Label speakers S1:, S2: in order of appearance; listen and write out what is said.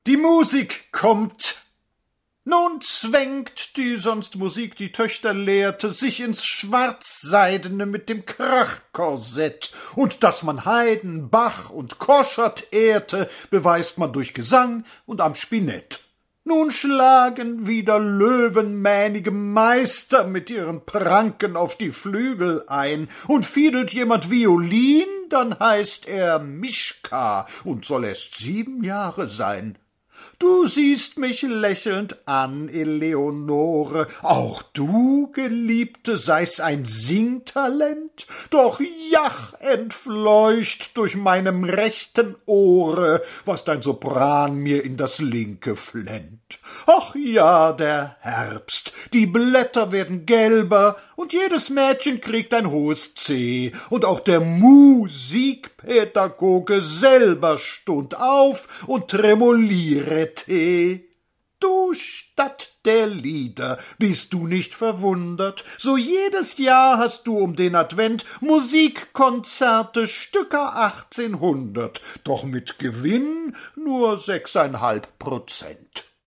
S1: Die Musik kommt. Nun zwängt, die sonst Musik die Töchter lehrte, sich ins Schwarzseidene mit dem Krachkorsett, und dass man Haydn, Bach und Koschert ehrte, beweist man durch Gesang und am Spinett. Nun schlagen wieder löwenmähnige Meister mit ihren Pranken auf die Flügel ein, und fiedelt jemand Violin, dann heißt er Mischka und soll erst 7 Jahre sein. Du siehst mich lächelnd an, Eleonore, auch du, Geliebte, seist ein Singtalent, doch jach entfleucht durch meinem rechten Ohre, was dein Sopran mir in das linke flennt. Ach ja, der Herbst, die Blätter werden gelber, und jedes Mädchen kriegt ein hohes C, und auch der Musikpädagoge selber stund auf und tremolierete. Du Stadt der Lieder, bist du nicht verwundert? So jedes Jahr hast du um den Advent Musikkonzerte Stücker 1800, doch mit Gewinn nur 6,5%.